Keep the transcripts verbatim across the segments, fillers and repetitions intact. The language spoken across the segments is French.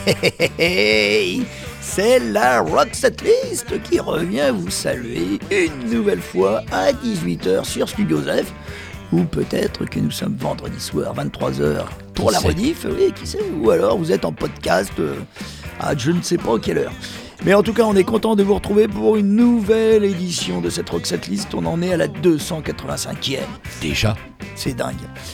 Hey, c'est la Rock Setlist qui revient vous saluer une nouvelle fois à dix-huit heures sur Studio F. Ou peut-être que nous sommes vendredi soir, vingt-trois heures, pour qui la sait. rediff, oui, qui sait. Ou alors vous êtes en podcast euh, à je ne sais pas quelle heure. Mais en tout cas, on est content de vous retrouver pour une nouvelle édition de cette Rock Setlist. On en est à la deux cent quatre-vingt-cinquième. Déjà. C'est dingue.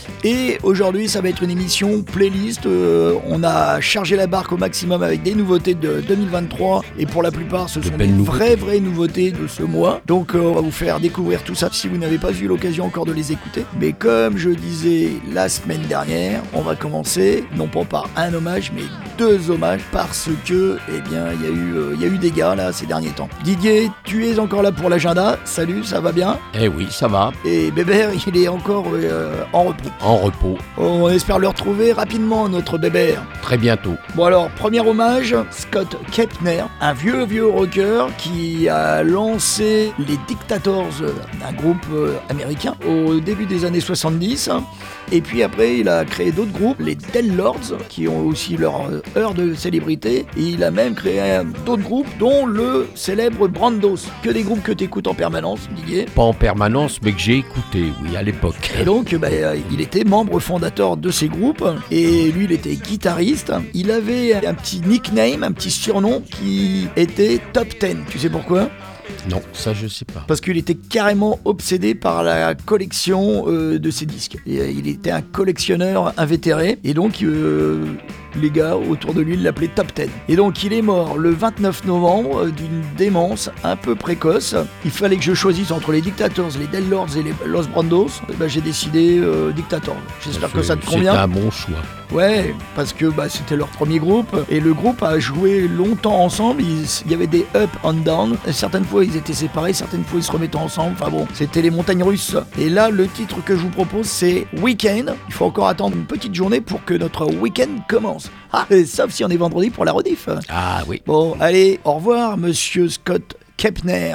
Et aujourd'hui, ça va être une émission playlist. Euh, on a chargé la barque au maximum avec des nouveautés de deux mille vingt-trois. Et pour la plupart, ce De sont belles des nouveautés. vraies, vraies nouveautés de ce mois. Donc, euh, on va vous faire découvrir tout ça si vous n'avez pas eu l'occasion encore de les écouter. Mais comme je disais la semaine dernière, on va commencer, non pas par un hommage, mais deux hommages. Parce que, eh bien, il y a eu, euh, il y a eu des gars, là, ces derniers temps. Didier, tu es encore là pour l'agenda. Salut, ça va bien? Eh oui, ça va. Et Bébert, il est encore euh, en repos. En repos. On espère le retrouver rapidement, notre Bébert. Très bientôt. Bon alors, premier hommage, Scott Kepner, un vieux vieux rocker qui a lancé les Dictators, euh, un groupe euh, américain, au début des années soixante-dix. Et puis après, il a créé d'autres groupes, les Del Lords, qui ont aussi leur euh, heure de célébrité. Et il a même créé euh, d'autres groupes, dont le célèbre Brandos. Que des groupes que tu écoutes en permanence, Didier. Pas en permanence, mais que j'ai écouté, oui, à l'époque. Et donc, bah, il était membre fondateur de ces groupes, et lui, il était guitariste. Il avait un petit nickname, un petit surnom qui était Top dix. Tu sais pourquoi ? Non, ça je sais pas. Parce qu'il était carrément obsédé par la collection euh, de ses disques. Et, euh, il était un collectionneur invétéré, et donc euh, les gars autour de lui l'appelaient Top dix. Et donc il est mort le vingt-neuf novembre euh, d'une démence un peu précoce. Il fallait que je choisisse entre les Dictators, les Del Lords et les Los Brandos. Et ben, j'ai décidé euh, Dictators. J'espère que ça te C'était convient. un bon choix. Ouais, parce que bah, c'était leur premier groupe et le groupe a joué longtemps ensemble. Il, il y avait des up and down. Certaines fois ils étaient séparés, certaines fois ils se remettaient ensemble. Enfin bon, c'était les montagnes russes. Et là, le titre que je vous propose, c'est Weekend. Il faut encore attendre une petite journée pour que notre week-end commence. Ah, et sauf si on est vendredi pour la rediff. Ah oui. Bon, allez, au revoir, monsieur Scott Kepner.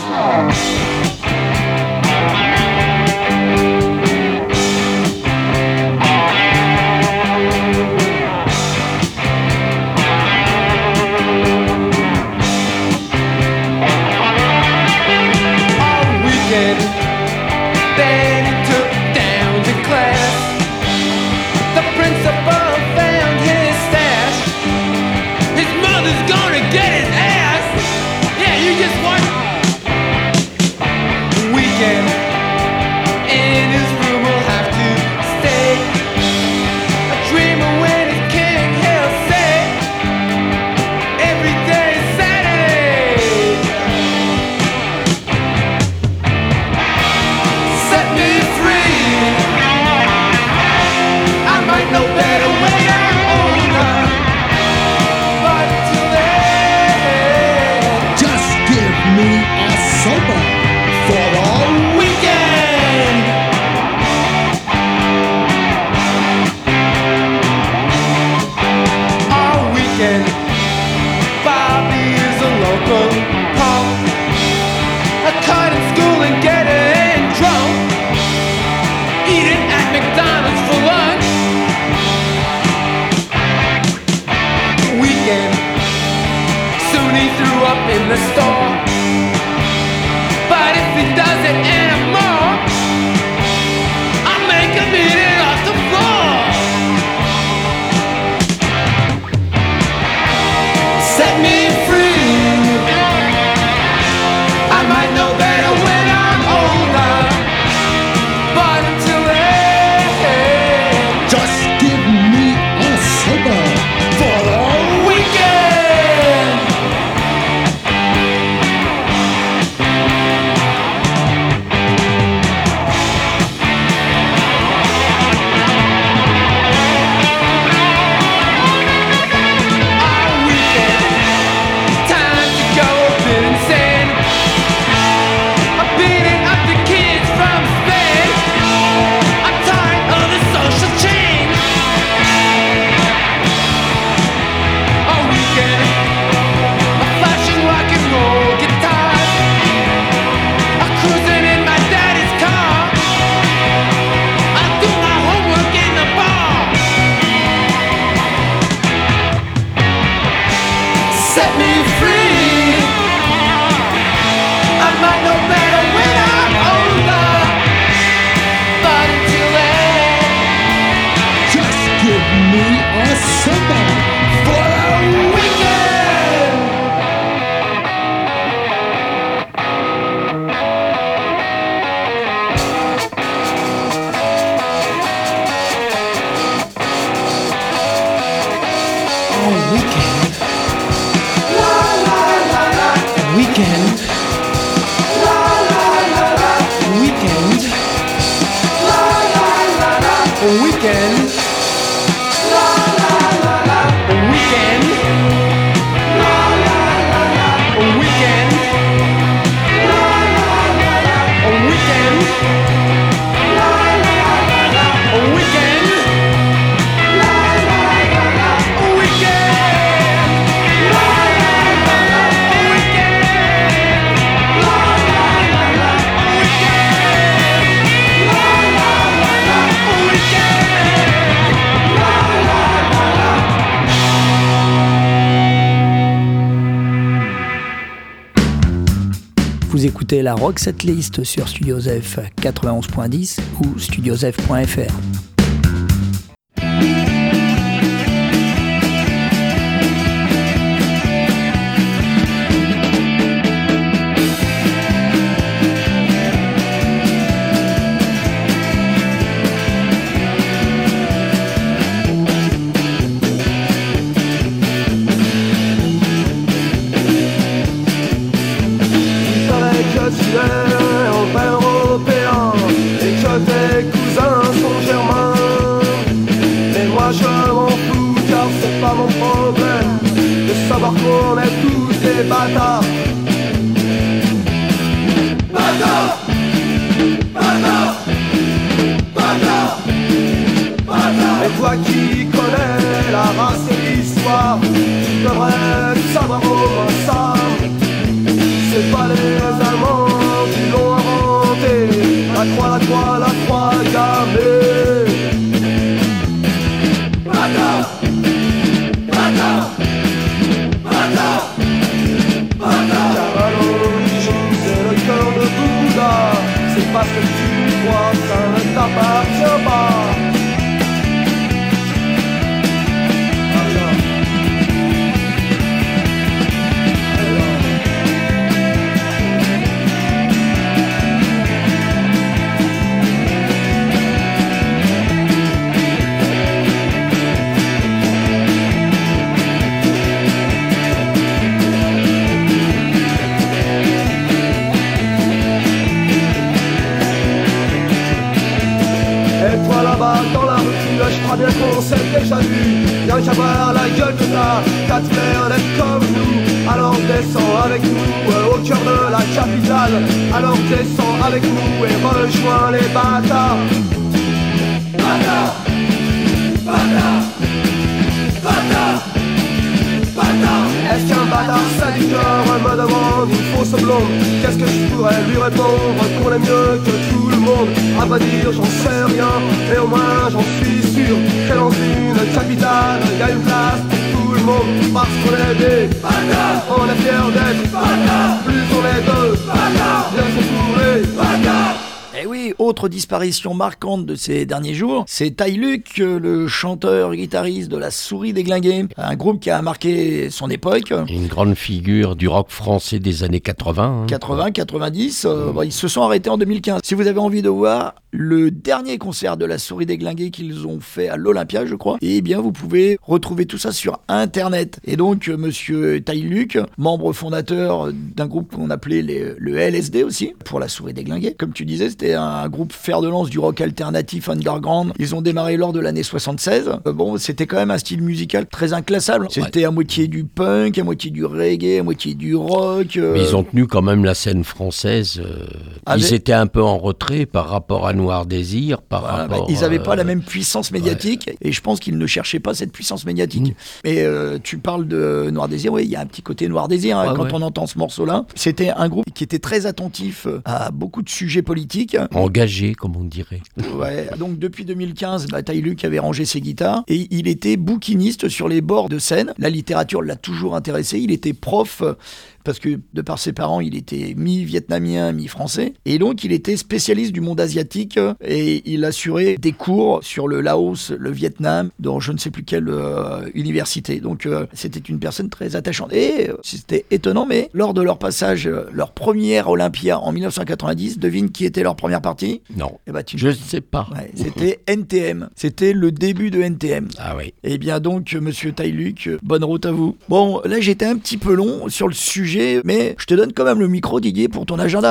Then he took down to class. The principal found his stash. His mother's gonna get his ass. Yeah, you just watch. Weekend in his room will have to stay. A dreamer when he can't help say every day is Saturday. Set me free. I might know better when I'm older, but till then, Just give me a sober for a weekend. Our weekend. Bobby is a local punk. I cut in school and getting drunk. Eating at McDonald's for lunch. Weekend. Soon he threw up in the store. But if he does it anymore, I'll make him eat it off the floor. Set me free. I might know better when I'm older, but until then, Just give me a sober for the weekend. weekend. Weekend. Weekend. Weekend. Weekend. Weekend. Vous écoutez la Rock Setlist sur Studio Zef quatre-vingt-onze point dix ou studiozef point f r. On est tous des bâtards. Bâtards. Bâtards. Bâtards. Bâtards. Et toi qui connais la race et l'histoire, tu devrais savoir au moins ça. C'est pas les Allemands qui l'ont inventé. La croix, la croix, la croix gammée. Bâtards. Bâtards. C'est parce que tu crois, ça ne t'appartient pas. Dans la rue, je crois bien qu'on s'est déjà vu. Y'a qu'à voir la gueule de ta quatre frères d'être comme nous. Alors descends avec nous euh, au cœur de la capitale. Alors descends avec nous et rejoins les bâtards. Bâtards. Bâtards. Bâtards. Bâtards. Est-ce qu'un bâtard sale du cœur me demande une fausse blonde? Qu'est-ce que je pourrais lui répondre qu'on est mieux que tout le monde? À pas dire j'en sais rien, mais au moins j'en suis sûr que dans une capitale y a une place pour tout le monde. Parce qu'on est des bâtards, on est fiers d'être bâtards. Plus on est deux bâtards, bien s'entourer bâtards. Eh oui, autre disparition marquante de ces derniers jours, c'est Ty Luke, le chanteur-guitariste de La Souris Déglinguée, un groupe qui a marqué son époque. Une grande figure du rock français des années quatre-vingts. Hein. quatre-vingts quatre-vingt-dix, euh, bah, ils se sont arrêtés en deux mille quinze. Si vous avez envie de voir le dernier concert de La Souris Déglinguée qu'ils ont fait à l'Olympia, je crois, eh bien vous pouvez retrouver tout ça sur Internet. Et donc, euh, monsieur Ty Luke, membre fondateur d'un groupe qu'on appelait les, le L S D aussi, pour La Souris Déglinguée. Comme tu disais, c'était un groupe fer de lance du rock alternatif underground. Ils ont démarré lors de l'année soixante-seize. Euh, bon, c'était quand même un style musical très inclassable. C'était ouais. à moitié du punk, à moitié du reggae, à moitié du rock. Euh... Mais ils ont tenu quand même la scène française. Euh... Avec... Ils étaient un peu en retrait par rapport à Noir Désir. Par voilà, rapport, bah, ils n'avaient euh... pas la même puissance médiatique ouais. et je pense qu'ils ne cherchaient pas cette puissance médiatique. Mmh. Et euh, tu parles de Noir Désir, oui, il y a un petit côté Noir Désir hein, ouais, quand ouais. on entend ce morceau-là. C'était un groupe qui était très attentif à beaucoup de sujets politiques. Engagé, comme on dirait. Ouais, donc depuis deux mille quinze, bah, Ty Luke avait rangé ses guitares et il était bouquiniste sur les bords de scène. La littérature l'a toujours intéressé. Il était prof parce que de par ses parents, il était mi-vietnamien, mi-français, et donc il était spécialiste du monde asiatique, et il assurait des cours sur le Laos, le Vietnam, dans je ne sais plus quelle euh, université. Donc euh, c'était une personne très attachante. Et euh, c'était étonnant, mais lors de leur passage, euh, leur première Olympia en dix-neuf cent quatre-vingt-dix, devine qui était leur première partie ? Non, Eh ben, tu... je ne sais pas. Ouais, c'était N T M. C'était le début de N T M. Ah oui. Eh bien donc, monsieur Taïluc, bonne route à vous. Bon, là j'étais un petit peu long sur le sujet, mais je te donne quand même le micro, Didier, pour ton agenda.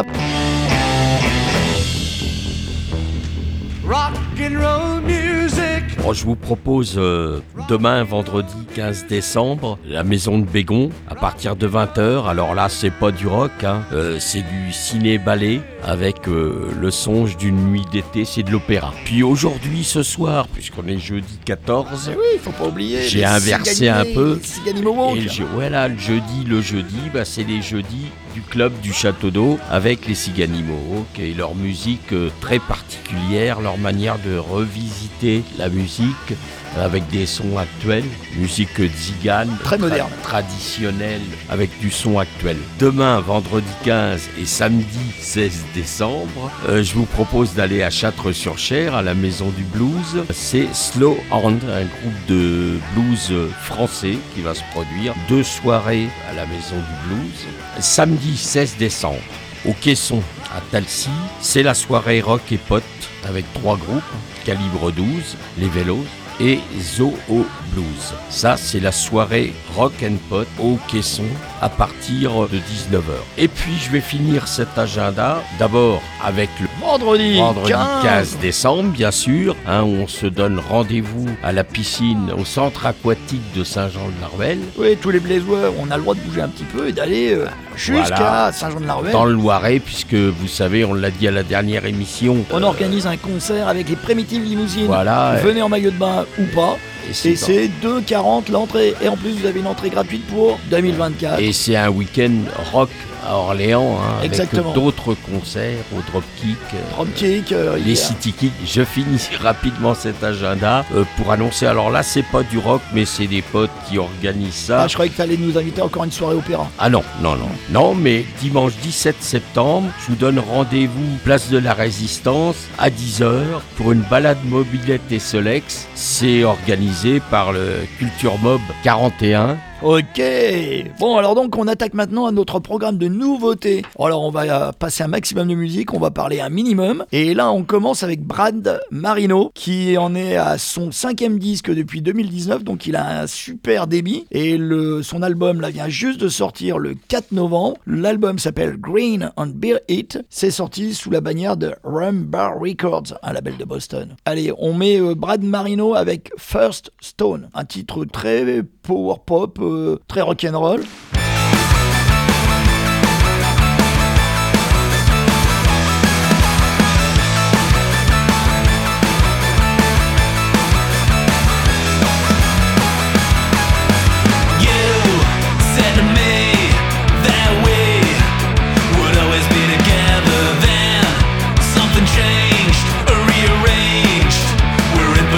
Rock and roll music. Bon, je vous propose euh, demain, vendredi quinze décembre, la Maison de Bégon, à partir de vingt heures. Alors là, c'est pas du rock, hein. euh, c'est du ciné-ballet avec euh, le songe d'une nuit d'été, c'est de l'opéra. Puis aujourd'hui, ce soir, puisqu'on est jeudi quatorze, Eh oui, faut pas oublier. J'ai les inversé Siganimés, un peu. les Siganimaux. et je- voilà, le jeudi, le jeudi, bah, c'est les jeudis du club du Château d'Eau avec les Siganimaux et leur musique euh, très particulière, leur manière de revisiter la musique avec des sons actuels, musique zigane, Très moderne. traditionnelle avec du son actuel. Demain, vendredi quinze et samedi seize décembre, euh, je vous propose d'aller à Châtres-sur-Cher, à la Maison du Blues. C'est Slow Hand, un groupe de blues français qui va se produire. Deux soirées à la Maison du Blues. Samedi seize décembre, au Caisson, à Talcy, c'est la soirée rock et potes avec trois groupes, Calibre douze, Les Vélos et Zoo Blues. Ça, c'est la soirée rock and pot au Caisson à partir de dix-neuf heures. Et puis, je vais finir cet agenda d'abord avec le Vendredi, vendredi quinze. quinze décembre, bien sûr, hein, où on se donne rendez-vous à la piscine au centre aquatique de Saint-Jean-de-la-Ruelle. Oui, tous les Blésois, on a le droit de bouger un petit peu et d'aller euh, jusqu'à Voilà. Saint-Jean-de-la-Ruelle. Dans le Loiret, puisque vous savez, on l'a dit à la dernière émission. On euh, organise un concert avec les Primitives Limousines. Voilà. Venez en maillot de bain ou pas. Et c'est Et c'est deux euros quarante l'entrée. Et en plus, vous avez une entrée gratuite pour deux mille vingt-quatre. Et c'est un week-end rock à Orléans, hein, Exactement. avec d'autres concerts au Dropkick, euh, Dropkick, euh, il y les a- City Kick. Je finis rapidement cet agenda euh, pour annoncer. Alors là, c'est pas du rock, mais c'est des potes qui organisent ça. Ah, je croyais que tu allais nous inviter encore une soirée opéra. Ah non, non, non. Non, mais dimanche dix-sept septembre, je vous donne rendez-vous place de la Résistance à dix heures pour une balade mobilette et Solex. C'est organisé par le Culture Mob quarante et un. Ok. Bon, alors donc, on attaque maintenant à notre programme de nouveautés. Alors, on va euh, passer un maximum de musique, on va parler un minimum. Et là, on commence avec Brad Marino, qui en est à son cinquième disque depuis deux mille dix-neuf, donc il a un super débit. Et le, son album, là, vient juste de sortir le quatre novembre. L'album s'appelle Green on Beer It. C'est sorti sous la bannière de Rum Bar Records, un label de Boston. Allez, on met euh, Brad Marino avec First Stone, un titre très power pop, euh, très rock'n'roll.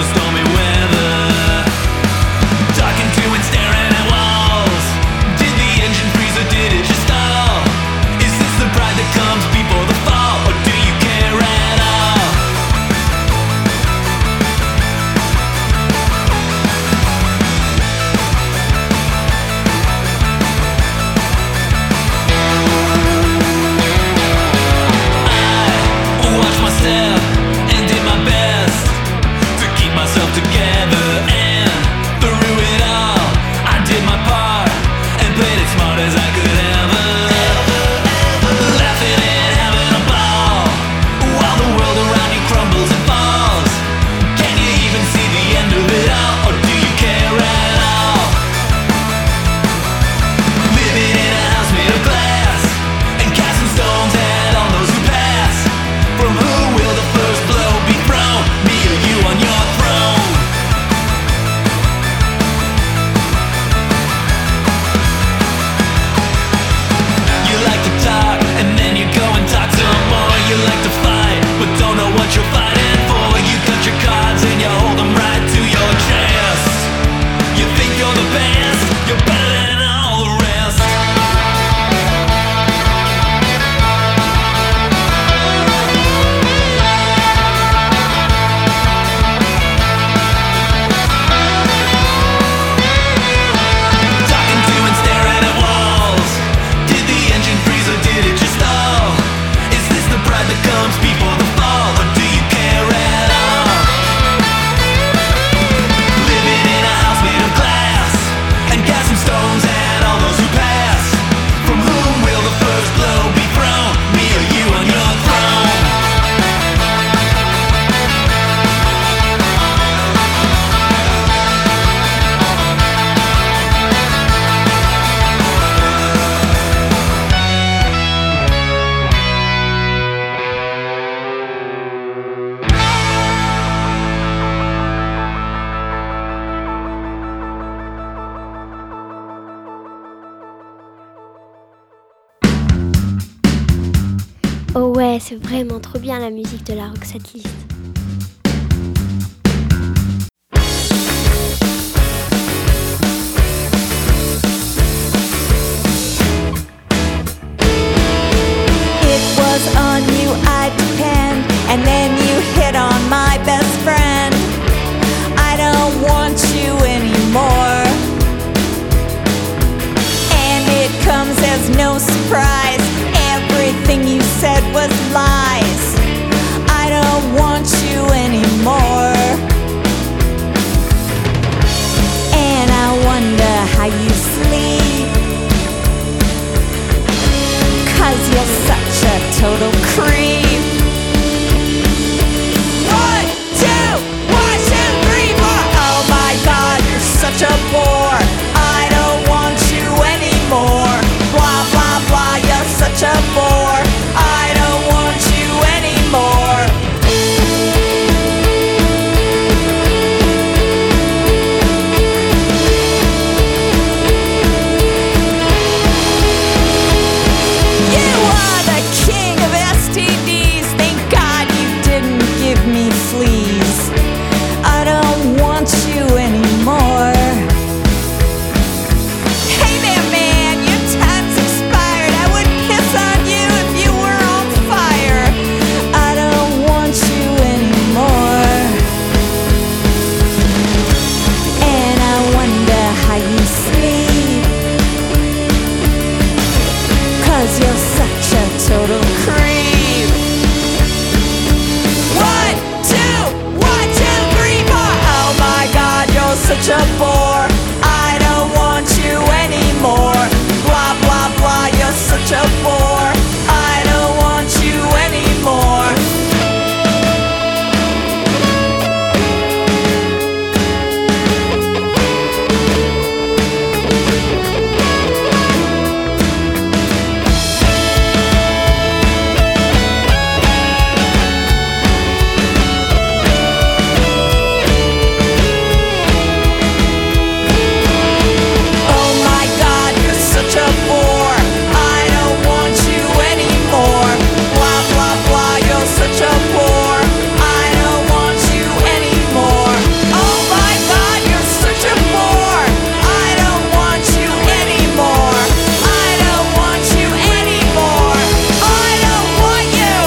Talking to and staring at walls. Did the Oh ouais, c'est vraiment trop bien la musique de la Rock Setlist. It was on you I depend, and then you hit on my best friend. I don't want you anymore, and it comes as no surprise. Everything you said was lies. I don't want you anymore, and I wonder how you sleep, 'cause you're such a total creep. One, two, one, two, three, four. Oh my God, you're such a bore. I don't want you anymore. Blah, blah, blah, you're such a bore. I don't want you anymore. You are the king of S T Ds. Thank God you didn't give me fleas. I don't want you anymore. Hey there, man, your time's expired. I would piss on you if you were on fire. I don't want you anymore, and I wonder how you sleep, 'cause you're such a total creep. One, two, one, two, three, four. Oh my God, you're such a bore. I don't want you anymore. Blah, blah, blah, you're such a bore. I don't want you anymore. Oh my God, you're such a bore. I don't want you anymore. Blah, blah, blah, you're such a bore. I don't want you anymore. Oh my God, you're such a bore. I don't want you anymore. I don't want you anymore. I don't want you.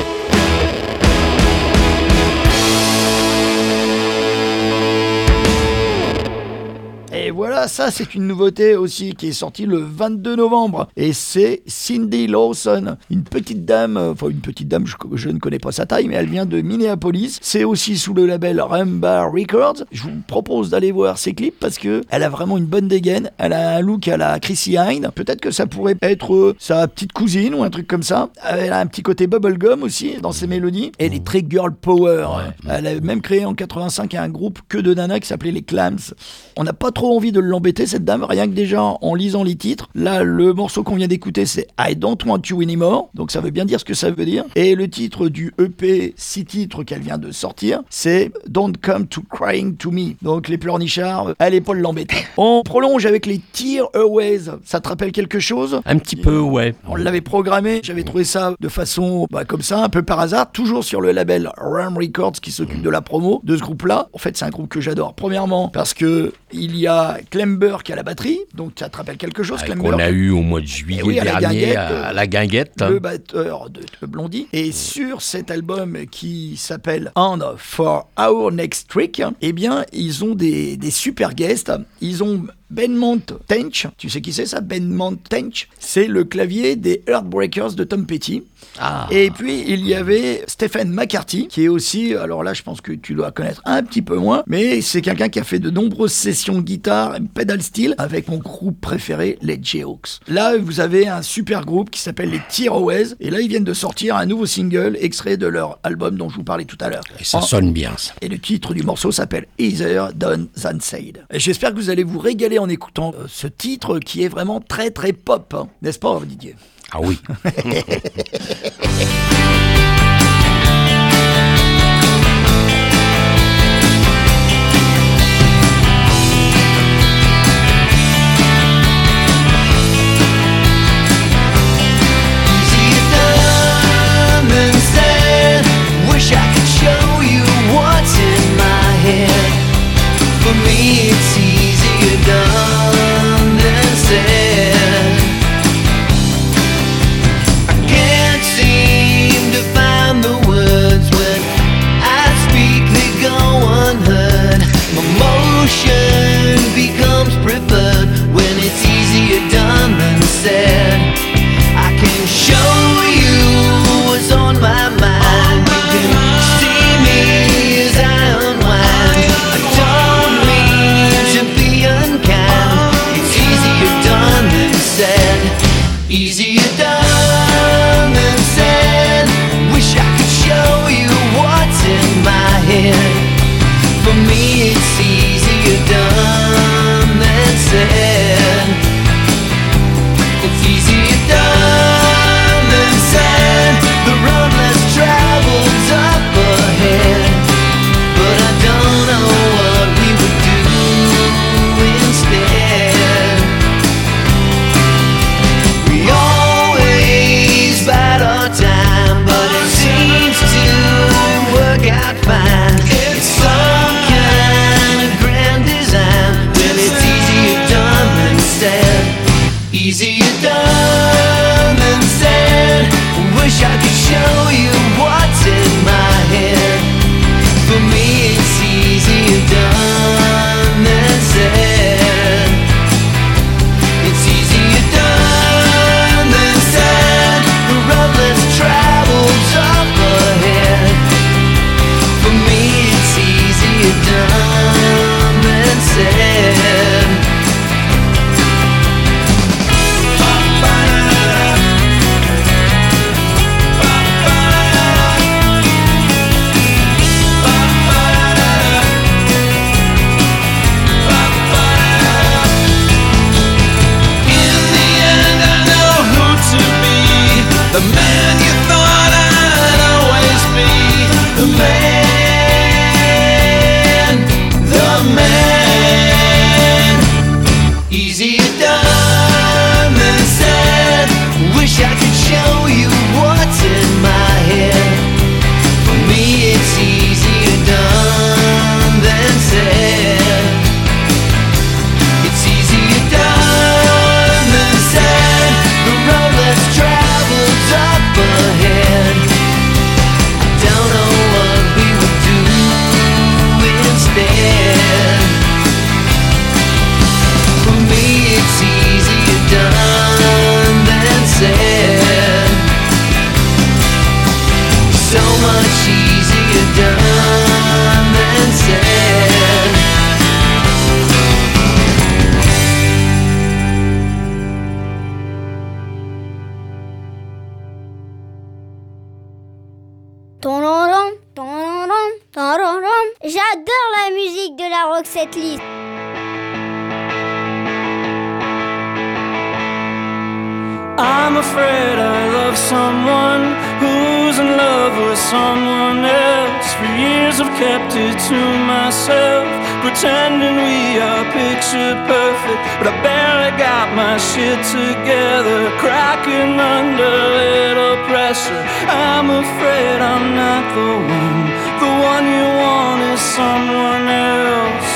Et voilà, ça c'est une nouveauté aussi qui est sortie le vingt-deux novembre. Et c'est Cindy Lawson, une petite dame, euh, enfin une petite dame, je, je ne connais pas sa taille, mais elle vient de Minneapolis. C'est aussi sous le label Rumba Records. Je vous propose d'aller voir ses clips parce que elle a vraiment une bonne dégaine. Elle a un look à la Chrissy Hynde. Peut-être que ça pourrait être euh, sa petite cousine ou un truc comme ça. Elle a un petit côté bubblegum aussi dans ses mélodies. Elle est très girl power. Elle a même créé en quatre-vingt-cinq un groupe que de nanas qui s'appelait les Clams. On n'a pas trop envie de l'embêter cette dame, rien que déjà en lisant les titres. Là, le morceau qu'on vient d'écouter, c'est I Don't Want You Anymore, donc ça veut bien dire ce que ça veut dire. Et le titre du E P, six titres qu'elle vient de sortir, c'est Don't Come to Crying to Me. Donc les pleurnichards, allez pas l'embêter. On prolonge avec les Tearaways. Ça te rappelle quelque chose? Un petit peu, ouais. On l'avait programmé, j'avais trouvé ça de façon bah, comme ça, un peu par hasard, toujours sur le label Ram Records qui s'occupe de la promo de ce groupe-là. En fait, c'est un groupe que j'adore. Premièrement, parce que il y a Clem Burke à la batterie, donc ça te rappelle quelque chose, Ah, Clem qu'on Burke a eu au mois de juillet Eh oui, à la dernier guinguette, à, à la guinguette. le batteur de, de Blondie. Et sur cet album qui s'appelle On for Our Next Trick, eh bien, ils ont des, des super guests. Ils ont Benmont Tench. Tu sais qui c'est ça, Benmont Tench? C'est le clavier des Heartbreakers de Tom Petty. Ah. Et puis, il y avait Stephen McCarthy, qui est aussi, alors là, je pense que tu dois connaître un petit peu moins, mais c'est quelqu'un qui a fait de nombreuses sessions de guitare, pedal steel, avec mon groupe préféré, les Jayhawks. Là, vous avez un super groupe qui s'appelle les Tearaways, et là, ils viennent de sortir un nouveau single, extrait de leur album dont je vous parlais tout à l'heure. Et ça En- sonne bien, ça. Et le titre du morceau s'appelle Easier Done Than Said. Et j'espère que vous allez vous régaler en écoutant euh, ce titre qui est vraiment très très pop, hein. N'est-ce pas, Didier? Ah oui. Easier done done and said. Wish I could show you what's in my head. For me it's easier done than said. It's easier done than said. The road less traveled up ahead. I don't know what we would do instead. For me it's easier done than said. So much easier done than said. Tororom, tororom, tororom. J'adore la musique de la Roxette List. I'm afraid I love someone who's in love with someone else. For years I've kept it to myself, pretending we are picture perfect. But I barely got my shit together, cracking under little pressure. I'm afraid I'm not the one. The one you want is someone else.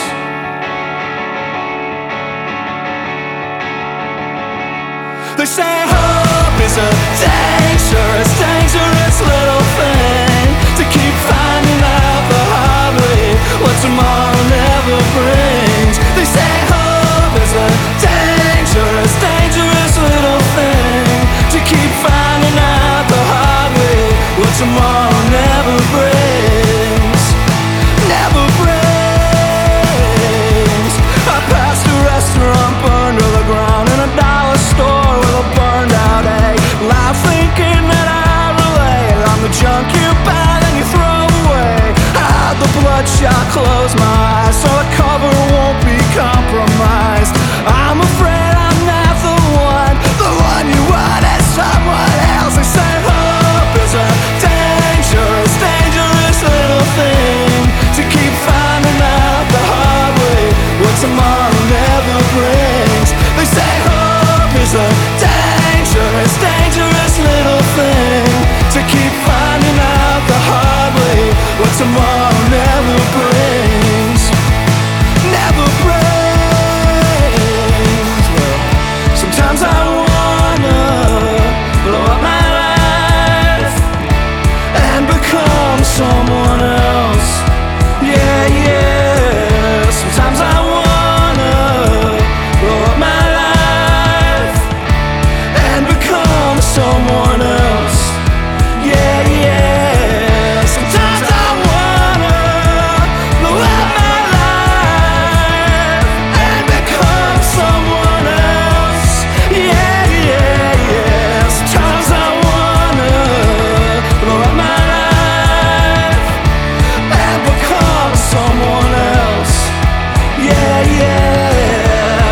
They say hope is a dangerous, dangerous little thing, to keep finding out the hard way what tomorrow never brings. They say hope is a dangerous, dangerous little thing, to keep finding out the hard way what tomorrow never brings. Never brings. I passed a restaurant burned to the ground and a dollar store with a burned out egg. Loud thinking that I relate. I'm the junk you buy and you throw away. I had the bloodshot, close my eyes so the cover won't be compromised. I'm afraid I'm not the one. The one you want is someone else. They say hope is a dangerous, dangerous little thing, to keep finding out the hard way what tomorrow never brings. They say hope is a dangerous, dangerous little thing, to keep finding out the hard way what tomorrow never brings. Never brings. Well, sometimes I wanna blow up my life and become someone else. Yeah, yeah. Sometimes I wanna blow up my life and become someone else. Yeah, yeah. Sometimes I wanna blow up my life and become someone else. Yeah, yeah, yeah. Sometimes I wanna blow up my life and become someone else. Yeah, yeah.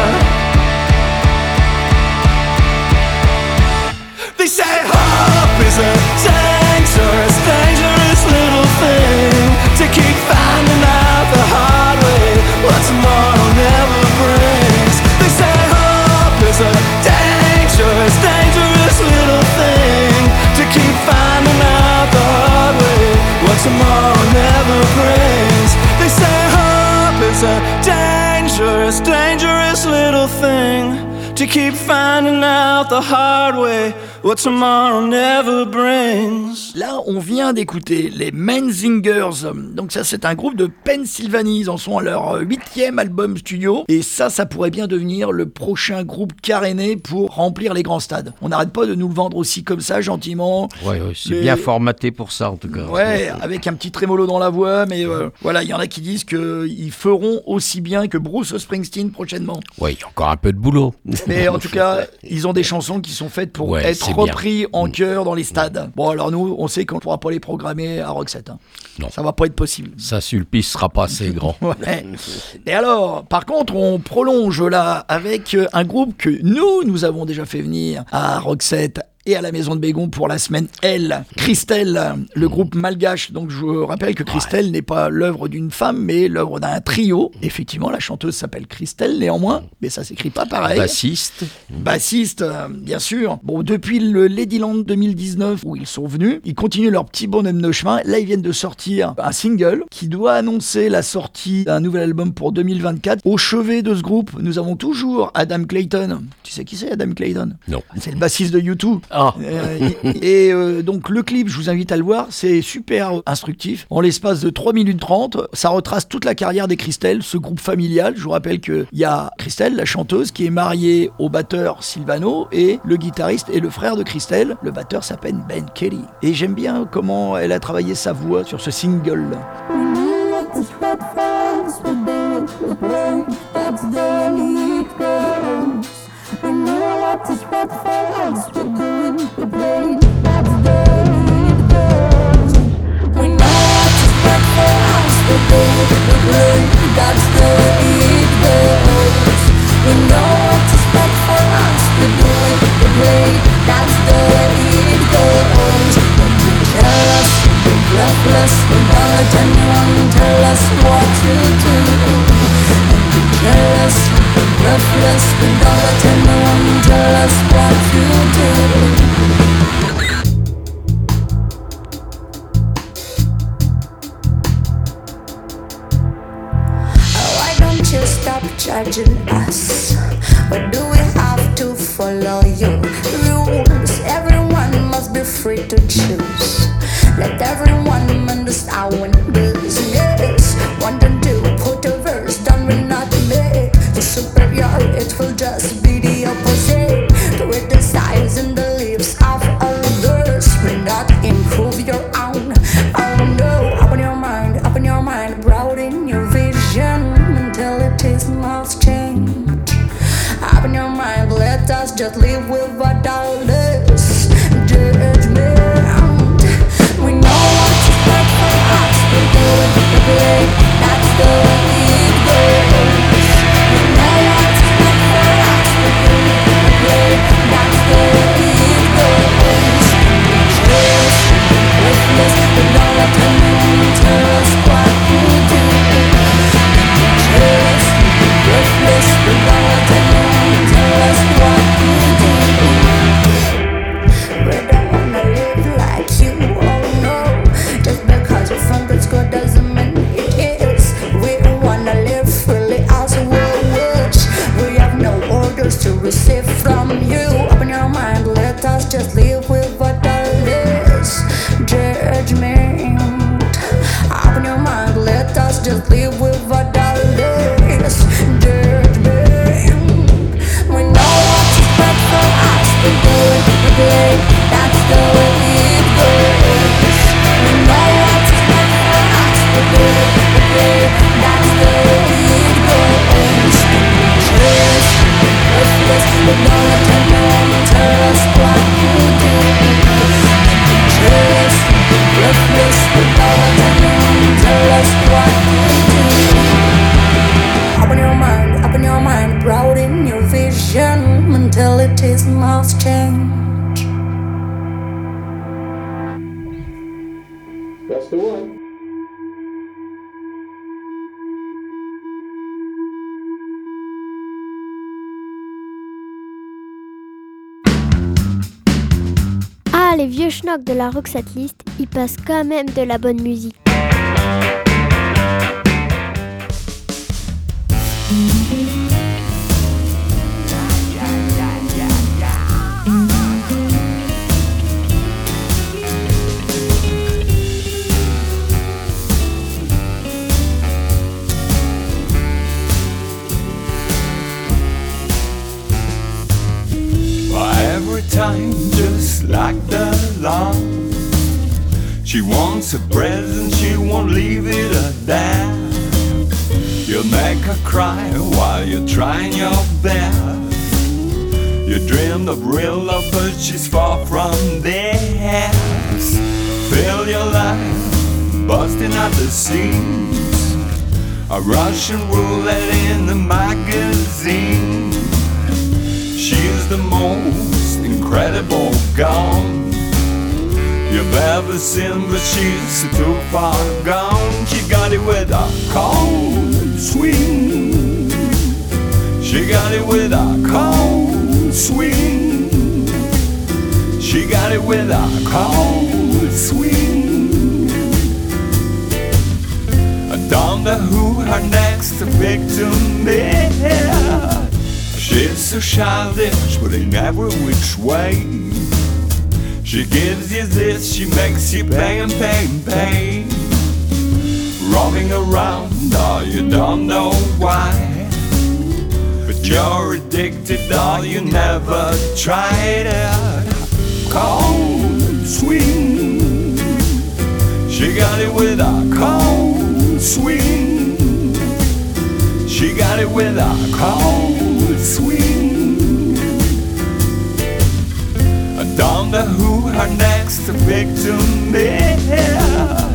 They say hope is a dangerous, dangerous little thing, to keep finding out the hard way what tomorrow never brings. They say hope is a dangerous, dangerous little thing, to keep finding out the hard way what tomorrow never brings. They say hope is a dangerous, dangerous little thing, to keep finding out the hard way what tomorrow never brings. Là, on vient d'écouter les Menzingers. Donc ça, c'est un groupe de Pennsylvanie. Ils en sont à leur huitième album studio. Et ça, ça pourrait bien devenir le prochain groupe caréné pour remplir les grands stades. On n'arrête pas de nous le vendre aussi comme ça, gentiment. Ouais, ouais, c'est Mais... bien formaté pour ça, en tout cas. Ouais, avec un petit trémolo dans la voix. Mais euh, voilà, il y en a qui disent qu'ils feront aussi bien que Bruce Springsteen prochainement. Ouais, il y a encore un peu de boulot. Mais en tout cas, ils ont des chansons qui sont faites pour ouais, être repris bien. En chœur dans les stades. Bon, alors nous, on sait qu'on ne pourra pas les programmer à Roxette. Hein. Non. Ça va pas être possible. Ça, Sulpice sera pas assez grand. Ouais. Et alors, par contre, on prolonge là avec un groupe que nous, nous avons déjà fait venir à Roxette Et à la Maison de Bégon pour la semaine L, Christelle, le groupe malgache. Donc je rappelle que Christelle n'est pas l'œuvre d'une femme, mais l'œuvre d'un trio. Effectivement, la chanteuse s'appelle Christelle, néanmoins, mais ça s'écrit pas pareil. Bassiste. Bassiste, euh, bien sûr. Bon, depuis le Ladyland deux mille dix-neuf, où ils sont venus, ils continuent leur petit bonhomme de chemin. Là, ils viennent de sortir un single qui doit annoncer la sortie d'un nouvel album pour deux mille vingt-quatre. Au chevet de ce groupe, nous avons toujours Adam Clayton. Tu sais qui c'est, Adam Clayton? Non. C'est le bassiste de U deux. Ah. Euh, et euh, donc le clip, je vous invite à le voir, c'est super instructif. En l'espace de trois minutes trente, ça retrace toute la carrière des Christelle, ce groupe familial. Je vous rappelle qu'il y a Christelle, la chanteuse, qui est mariée au batteur Silvano, et le guitariste est le frère de Christelle. Le batteur s'appelle Ben Kelly. Et j'aime bien comment elle a travaillé sa voix sur ce single. Judging us, or do we have to follow your rules? Everyone must be free to choose. Let everyone understand when business. Wanting to put a verse down will not make the superior. It will just be the opposite. Criticizing the lips of others will not improve your own. Oh no, open your mind, open your mind, broaden your vision. Mentalities must change. Open your mind, let us just live with what dollars. Judgment. We know what's right for us. We do it the way that's the way it goes. We know what's right for us. We do it the way that's the way it goes. Just witness, we don't let anyone tell us what to do. Just witness, we don't let anyone tell us what to do. We don't wanna live like you, oh no. Just because you think it's good doesn't mean it is. We wanna live freely as we wish. We have no orders to receive from you. Open your mind, let us just live with what there is. Judgment. Open your mind, let us just live with what there is. Judgment. We know what's right for us. We do it the way that's the way it goes. We know what's right for us. We do it the way that's the way it goes. Just worthless, we don't let anyone tell us what to do. Just worthless, we don't let anyone tell us what to do. Open your mind, open your mind, broaden your vision. Mentalities must change. That's the one. Ah, les vieux schnocks de la Rock Setlist, ils passent quand même de la bonne musique. Every time, just like the alarm, she wants a present, she won't leave it a dime. You'll make her cry while you're trying your best. You dreamed of real love, but she's far from there. Fill your life, busting out the seams, a Russian roulette in the magazine. She's She's the most incredible gun you've ever seen, but she's too far gone. She got it with a cold swing. She got it with a cold swing. She got it with a cold swing. Down the who her next victim is. She's so childish, but in every which way. She gives you this, she makes you pay and pay and pay. Roaming around, oh you don't know why, but you're addicted, oh you never tried it. Cold swing. She got it with a cold swing. She got it with a cold swing. Don't know who her next victim is.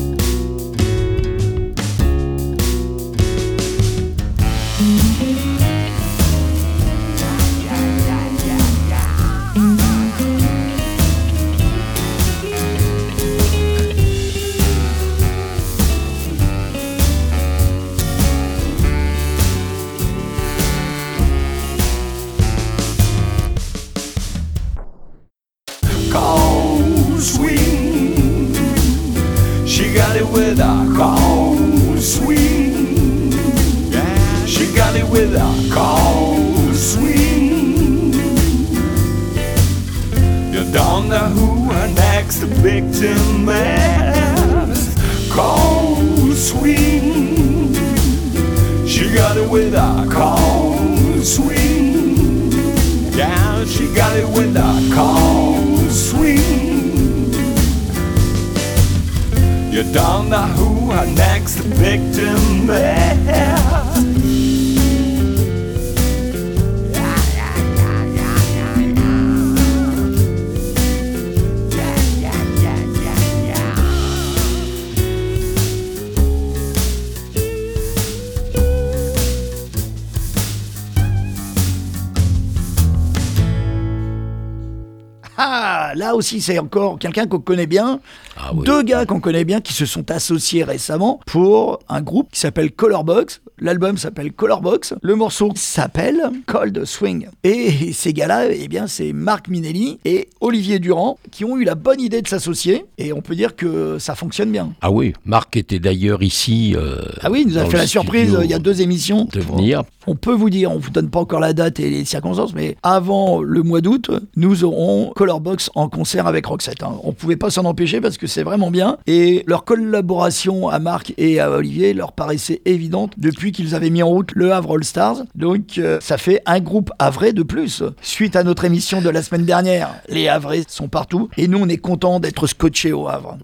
With a cold swing, yeah. She got it with a cold swing. You don't know who her next victim is. Cold swing. She got it with a cold swing. Yeah, she got it with a cold swing. You don't know who her next victim is. Ah, là aussi, c'est encore quelqu'un qu'on connaît bien. Ah oui. Deux gars qu'on connaît bien qui se sont associés récemment pour un groupe qui s'appelle Colorbox. L'album s'appelle Colorbox. Le morceau s'appelle Cold Swing. Et ces gars-là, eh bien, c'est Marc Minelli et Olivier Durand qui ont eu la bonne idée de s'associer. Et on peut dire que ça fonctionne bien. Ah oui, Marc était d'ailleurs ici. Euh, ah oui, il nous a fait la surprise il y a deux émissions. De venir. On peut vous dire, on ne vous donne pas encore la date et les circonstances, mais avant le mois d'août, nous aurons Colorbox en concert avec Roxette. Hein. On ne pouvait pas s'en empêcher parce que c'est vraiment bien. Et leur collaboration à Marc et à Olivier leur paraissait évidente depuis qu'ils avaient mis en route le Havre All Stars. Donc euh, ça fait un groupe havrais de plus. Suite à notre émission de la semaine dernière, les Havrais sont partout et nous on est contents d'être scotchés au Havre.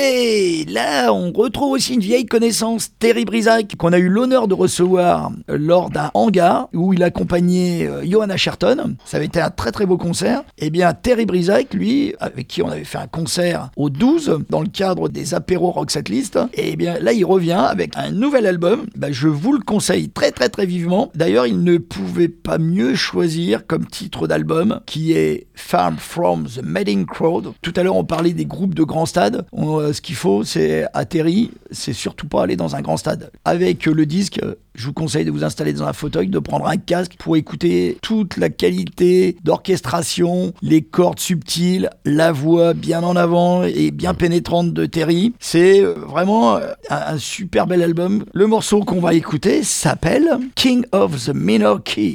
Et là, on retrouve aussi une vieille connaissance, Terry Brisac, qu'on a eu l'honneur de recevoir lors d'un hangar où il accompagnait euh, Johanna Sherton. Ça avait été un très très beau concert. Et bien, Terry Brisac, lui, avec qui on avait fait un concert au douze dans le cadre des apéros Rock Setlist, et bien là, il revient avec un nouvel album. Ben, je vous le conseille très très très vivement. D'ailleurs, il ne pouvait pas mieux choisir comme titre d'album, qui est Farm from the Madding Crowd. Tout à l'heure, on parlait des groupes de grands stades. On Ce qu'il faut, c'est à Terry, c'est surtout pas aller dans un grand stade. Avec le disque, je vous conseille de vous installer dans un fauteuil, de prendre un casque pour écouter toute la qualité d'orchestration, les cordes subtiles, la voix bien en avant et bien pénétrante de Terry. C'est vraiment un, un super bel album. Le morceau qu'on va écouter s'appelle King of the Minor Key.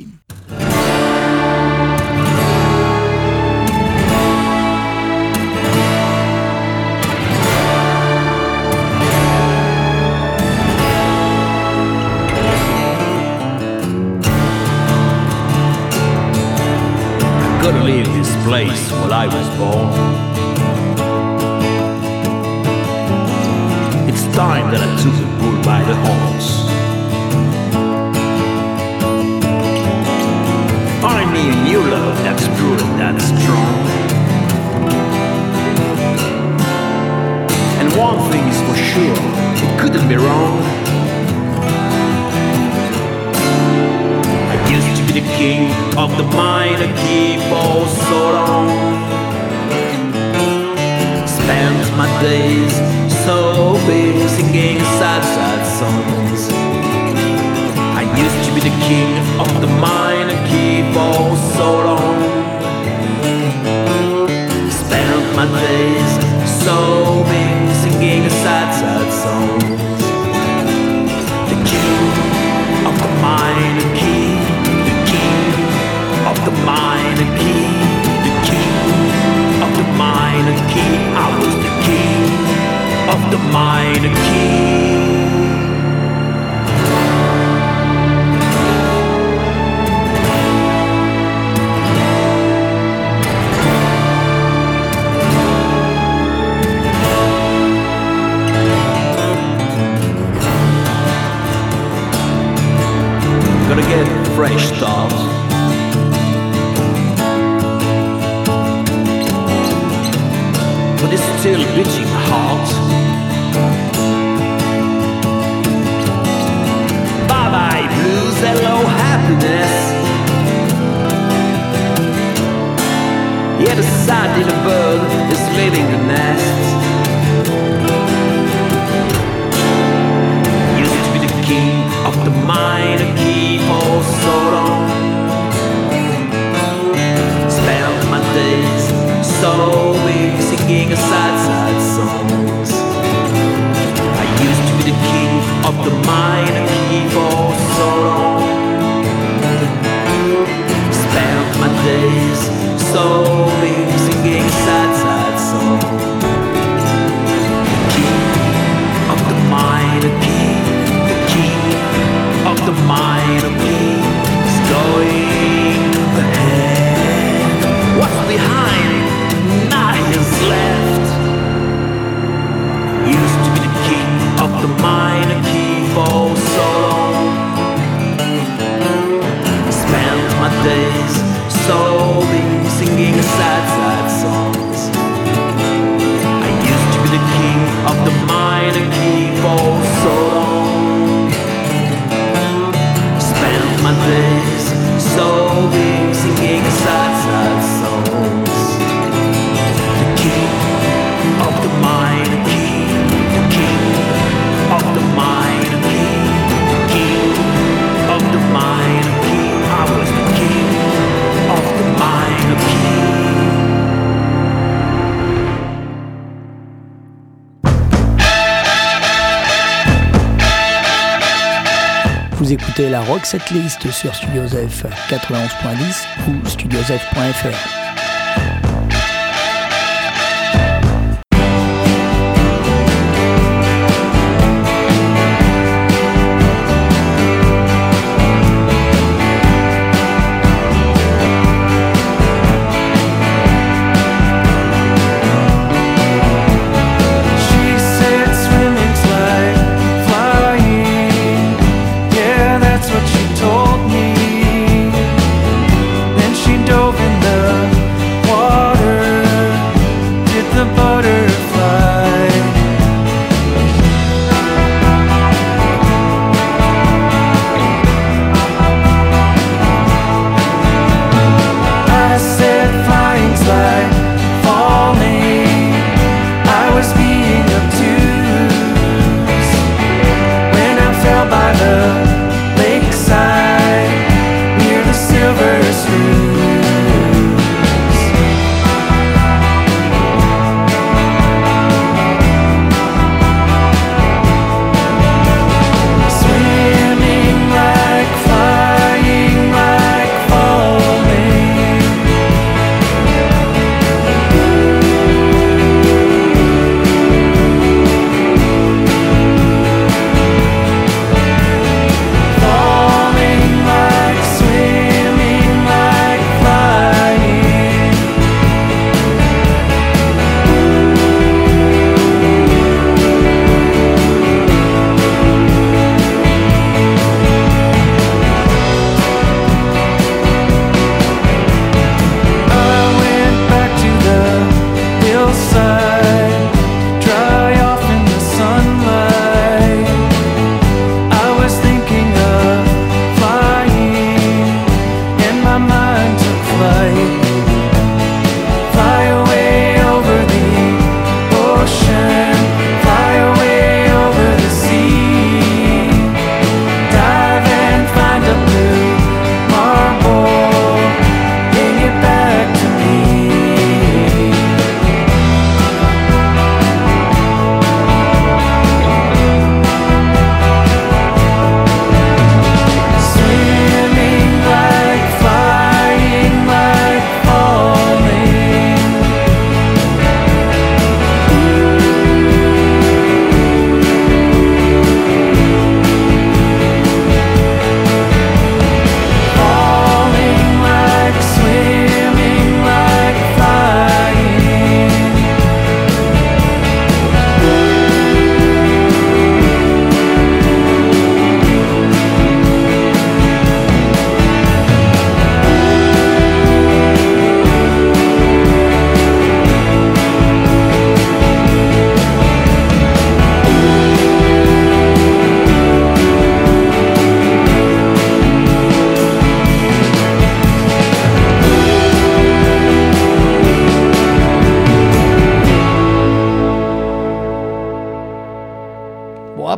Gotta leave this place where I was born. It's time that I took the bull by the horns. I need a new love that's pure and that's strong. And one thing is for sure, it couldn't be wrong. I used to be be the king of the minor key for so long. Spent my days so big singing sad, sad songs. I used to be the king of the minor key for so long. Spent my days so big singing sad, sad songs. The king of the minor key, the king of the minor key, the king of the minor key. I was the king of the minor key. Gonna get a fresh start. But it's still beating hard. Bye bye blues, hello happiness. Yeah, the sad little bird is leaving the nest. Used to be the king of the minor key for so long. Spent my days so big singing sad, sad songs. I used to be the king of the minor key for so long. Spent my days so big singing sad, sad songs. The king of the minor key, the king of the minor key is going ahead. What's behind? Nothing's left. Used to be the king of the minor key for so long. Spent my days so big singing sad, sad songs. I used to be the king of the minor key for so long. Spent my days so big singing sad, sad songs. The king of the minor key, the king of the minor key, the king of the minor key. I was the king of the minor key. Vous écoutez la Rock Setlist sur Studiosef quatre-vingt-onze point dix ou studiosef point f r. She told me. Then she dove in the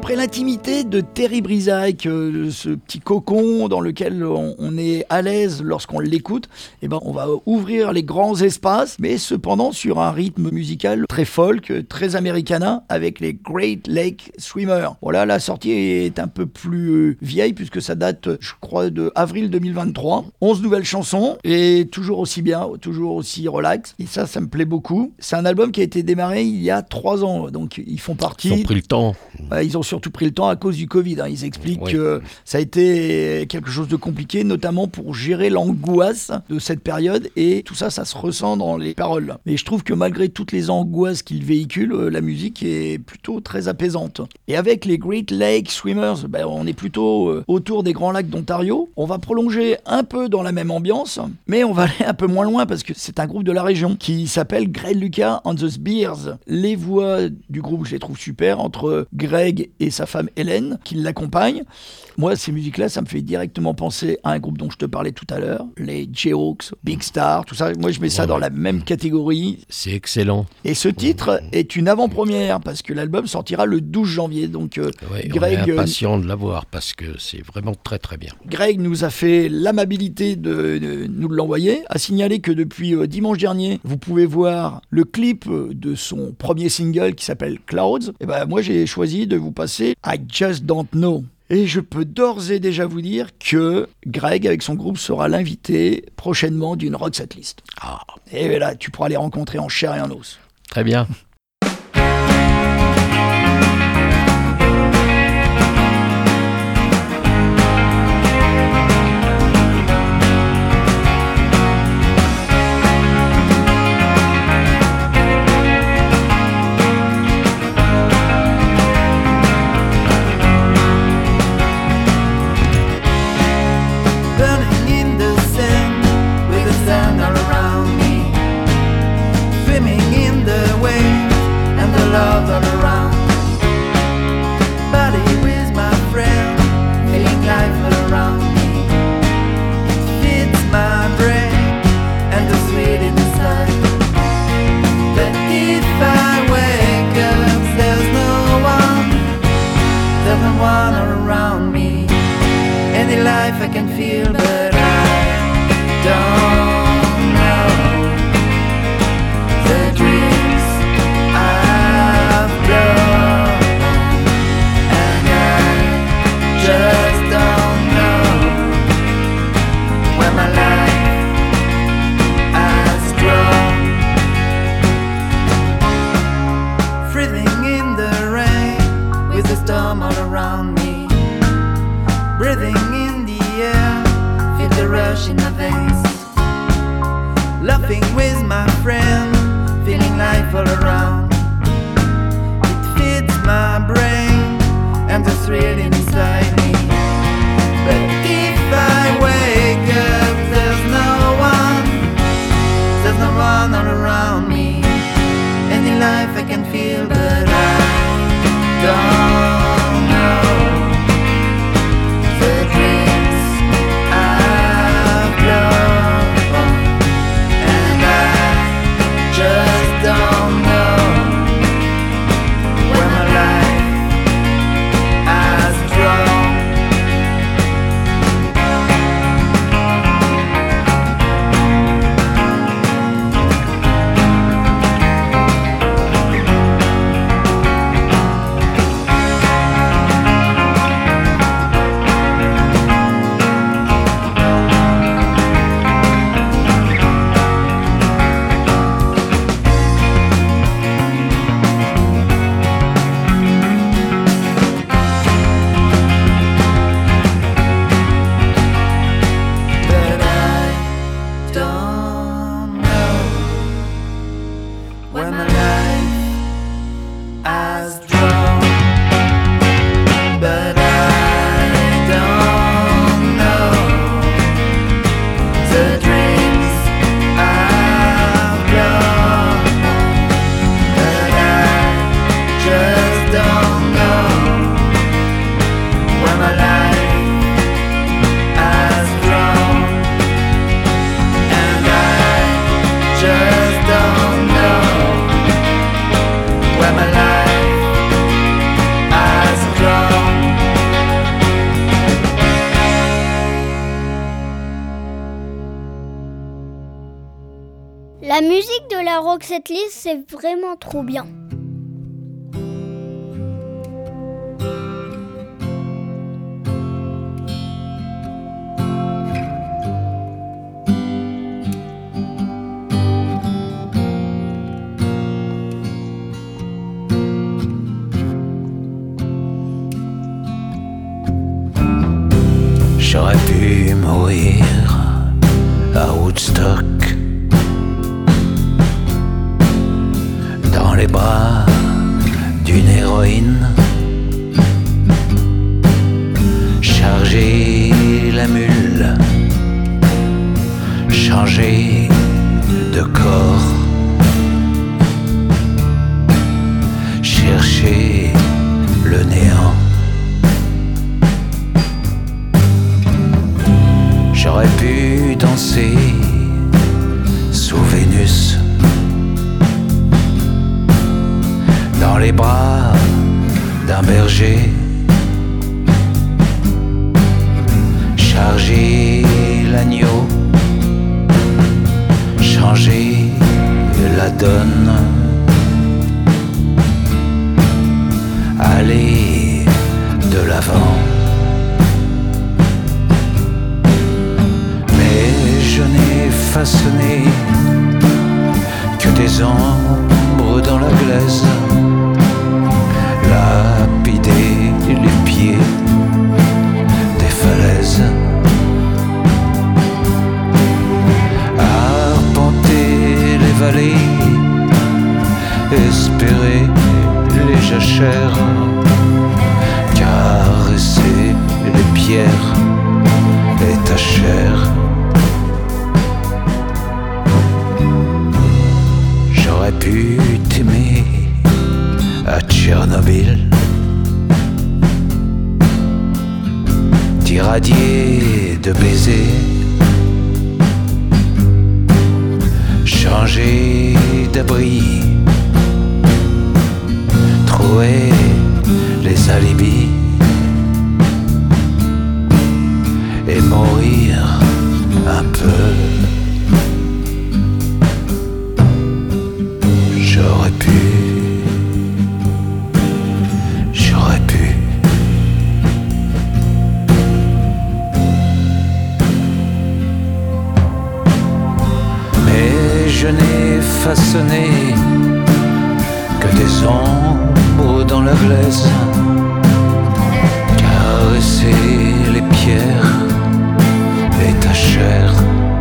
Après l'intimité de Terry Brisac, euh, ce petit cocon dans lequel on, on est à l'aise lorsqu'on l'écoute, eh ben on va ouvrir les grands espaces, mais cependant sur un rythme musical très folk, très americana, avec les Great Lake Swimmers. Voilà, la sortie est un peu plus vieille puisque ça date, je crois, de avril deux mille vingt-trois. onze nouvelles chansons et toujours aussi bien, toujours aussi relax. Et ça, ça me plaît beaucoup. C'est un album qui a été démarré il y a trois ans, donc ils font partie. Ils ont pris le temps. Ils ont surtout pris le temps à cause du Covid. Hein. Ils expliquent Oui. que ça a été quelque chose de compliqué, notamment pour gérer l'angoisse de cette période. Et tout ça, ça se ressent dans les paroles. Mais je trouve que malgré toutes les angoisses qu'ils véhiculent, la musique est plutôt très apaisante. Et avec les Great Lake Swimmers, ben, on est plutôt autour des grands lacs d'Ontario. On va prolonger un peu dans la même ambiance, mais on va aller un peu moins loin parce que c'est un groupe de la région qui s'appelle Greg Lucas and the Spears. Les voix du groupe, je les trouve super, entre Greg et sa femme Hélène qui l'accompagnent. Moi, ces musiques-là, ça me fait directement penser à un groupe dont je te parlais tout à l'heure, les Jayhawks, Big Star, tout ça. Moi, je mets ça dans la même catégorie. C'est excellent. Et ce titre est une avant-première parce que l'album sortira le douze janvier. Donc, euh, Ouais, Greg, on est impatient de l'avoir parce que c'est vraiment très très bien. Greg nous a fait l'amabilité de, de nous l'envoyer. À signaler que depuis euh, dimanche dernier, vous pouvez voir le clip de son premier single qui s'appelle Clouds. Et ben moi, j'ai choisi de vous passer I Just Don't Know. Et je peux d'ores et déjà vous dire que Greg, avec son groupe, sera l'invité prochainement d'une Rock Setlist. Ah. Et là, tu pourras les rencontrer en chair et en os. Très bien. Burning in the sand with the sand all around me, swimming in the waves and the love all around. Body with my friend, feeling life all around me. It fits my brain and the sweet inside. But if I wake up, there's no one, there's no one all around me. Any life I can feel, but I don't know the dreams I've blown, and I just don't know where my life has grown. Freezing in the rain with the storm all around me, breathing in the air, feel the rush in my veins. Laughing with my friend, feeling life all around. It fits my brain and the thrill inside me. But if I wake up, there's no one, there's no one all around me. Any life I can feel, but I don't know the dreams I've blown, and I just don't know La musique de la Rock Setlist, c'est vraiment trop bien. J'aurais pu mourir à Woodstock, dans les bras d'une héroïne, charger la mule, changer de corps, chercher le néant. J'aurais pu danser sous Vénus, dans les bras d'un berger, charger l'agneau, changer la donne, aller de l'avant. Je n'ai façonné que des ombres dans la glaise, lapider les pieds des falaises, arpenter les vallées, espérer les jachères, caresser les pierres et ta chair. J'aurais pu t'aimer à Tchernobyl, t'irradier de baisers, changer d'abri, trouver les alibis et mourir un peu. J'aurais pu, j'aurais pu. Mais je n'ai façonné que des ombres dans la glaise, caresser les pierres et ta chair.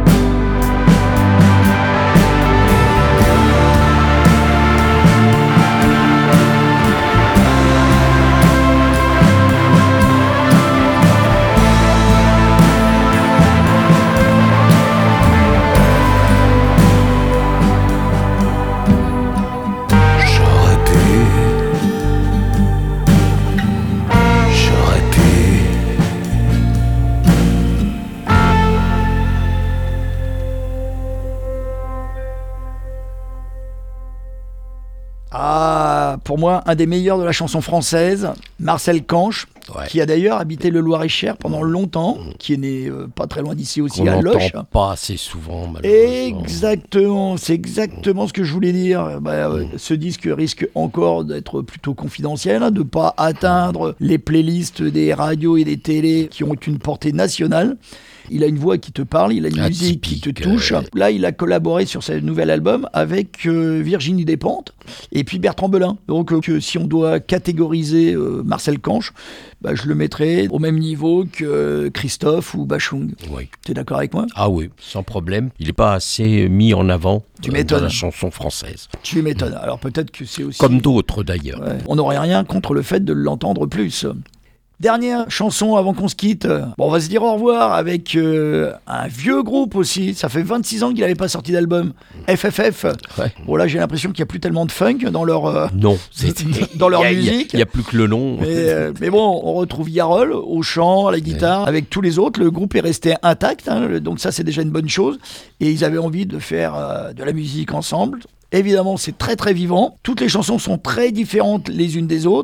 Pour moi, un des meilleurs de la chanson française, Marcel Canche, ouais. qui a d'ailleurs habité le Loir-et-Cher pendant longtemps, mmh. qui est né euh, pas très loin d'ici aussi, qu'on à Loches. On n'entend pas assez souvent, malheureusement. Exactement, c'est exactement mmh. ce que je voulais dire. Bah, mmh. Ce disque risque encore d'être plutôt confidentiel, hein, de ne pas atteindre les playlists des radios et des télés qui ont une portée nationale. Il a une voix qui te parle, il a une Atypique, musique qui te touche. Euh... Là, il a collaboré sur ce nouvel album avec euh, Virginie Despentes et puis Bertrand Belin. Donc, euh, si on doit catégoriser euh, Marcel Canche, bah, je le mettrais au même niveau que euh, Christophe ou Bachung. Oui. Tu es d'accord avec moi ? Ah oui, sans problème. Il n'est pas assez mis en avant tu euh, dans la chanson française. Tu m'étonnes. Alors peut-être que c'est aussi... Comme d'autres d'ailleurs. Ouais. On n'aurait rien contre le fait de l'entendre plus. Dernière chanson avant qu'on se quitte. Bon, on va se dire au revoir avec euh, un vieux groupe aussi. Ça fait vingt-six ans qu'il n'avait pas sorti d'album. F F F. Ouais. Bon, là, j'ai l'impression qu'il n'y a plus tellement de funk dans leur, euh, non, dans leur y a, musique. Il n'y a, a plus que le nom. Mais, euh, mais bon, on retrouve Yarol au chant, à la guitare, ouais. avec tous les autres. Le groupe est resté intact. Hein, donc ça, c'est déjà une bonne chose. Et ils avaient envie de faire euh, de la musique ensemble. Évidemment, c'est très très vivant. Toutes les chansons sont très différentes les unes des autres.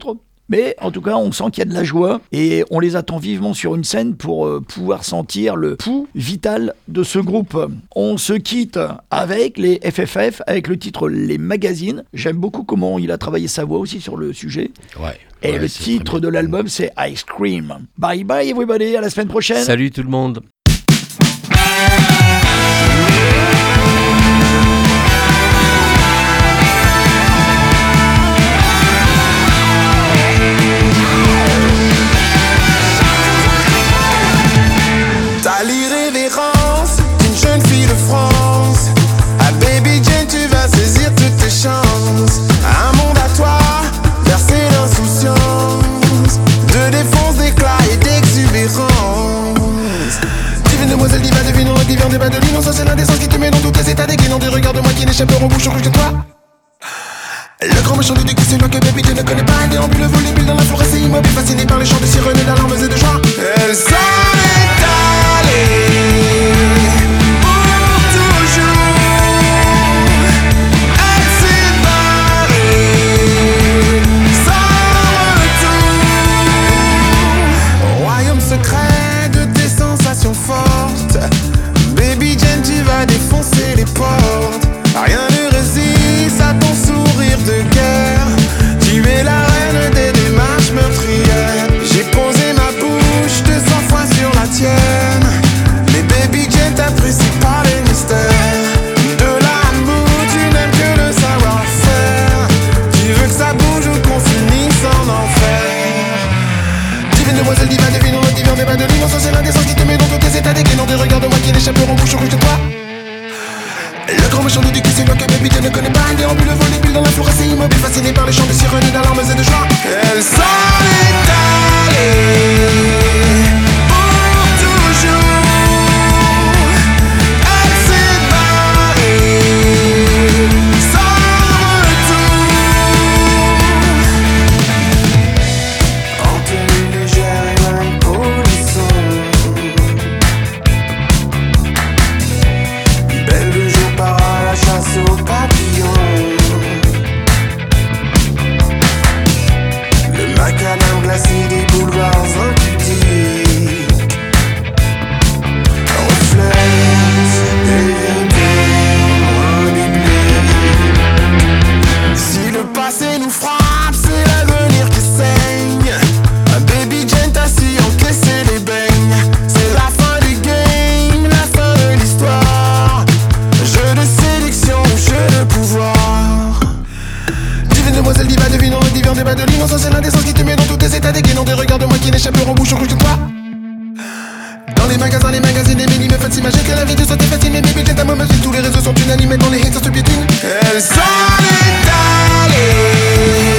Mais en tout cas, on sent qu'il y a de la joie et on les attend vivement sur une scène pour euh, pouvoir sentir le pouls vital de ce groupe. On se quitte avec les F F F, avec le titre Les Magazines. J'aime beaucoup comment il a travaillé sa voix aussi sur le sujet. Ouais. Et ouais, le titre de l'album, c'est Ice Cream. Bye bye everybody, à la semaine prochaine. Salut tout le monde. T'as l'irrévérence d'une jeune fille de France. Ah baby Jane, tu vas saisir toutes tes chances. Un monde à toi, versé d'insouciance, de défense, d'éclat et d'exubérance. Divine demoiselle, diva, devine, on divin, débat de l'innocence et l'indécence qui te met dans tous tes états déguinants. Des regards de moi qui n'échapperont bouche au rouge de toi. Le grand méchant du dégoût, c'est moi que baby tu ne connais pas. Un déambule volubile dans la forêt, c'est immobile, fasciné par les chants de sirènes et d'alarmes et de joie. Elle s'en est allée pour toujours. Elle s'est barrée sans retour. Royaume secret de tes sensations fortes. Baby Jane, tu vas défoncer les portes. Rien ne résiste à ton sourire de guerre. Tu es la reine des démarches meurtrières. J'ai posé ma bouche deux cents fois sur la tienne. Mais baby Jane, t'apprécies pas les mystères de l'amour, tu n'aimes que le savoir-faire. Tu veux que ça bouge ou qu'on finisse en enfer. Divine demoiselle, diva, devine, on divin, débat de l'innocence, c'est l'indécence qui te met dans tous tes états déguinants. Des regards de moi qui n'échapperont bouche au rouge de toi. Le grand méchant du dégoût, c'est moi que baby tu ne connais pas. Un déambule volubile dans la forêt, c'est immobile, fasciné par les chants de sirènes et d'alarmes et de joie. Elle s'en est allée pour toujours. Elle s'est barrée sans retour. En tenue légère et main polisson, belle de jour part à la chasse aux papillons. Le macadam glacé des boulevards impudiques reflète des vérités moins bibliques. Si le passé nous frappe, c'est l'avenir qui saigne. Un baby Jane, t'as su encaisser les beignes. C'est la fin du game, la fin de l'histoire. Jeu de sélection, jeu de pouvoir. Divine demoiselle, diva, devine, on divin, débat de l'innocence, c'est l'indécence qui te met dans tous tes états déguinants. Des regards de moi qui n'échapperont bouche au rouge de toi. Dans les magasins, les magazines, les mélis me font s'imaginer que la vie de soit est facile. Mais baby Jane, ta maman, tous les réseaux sont unanimes, dans les haters te piétinent. Elle s'en est allée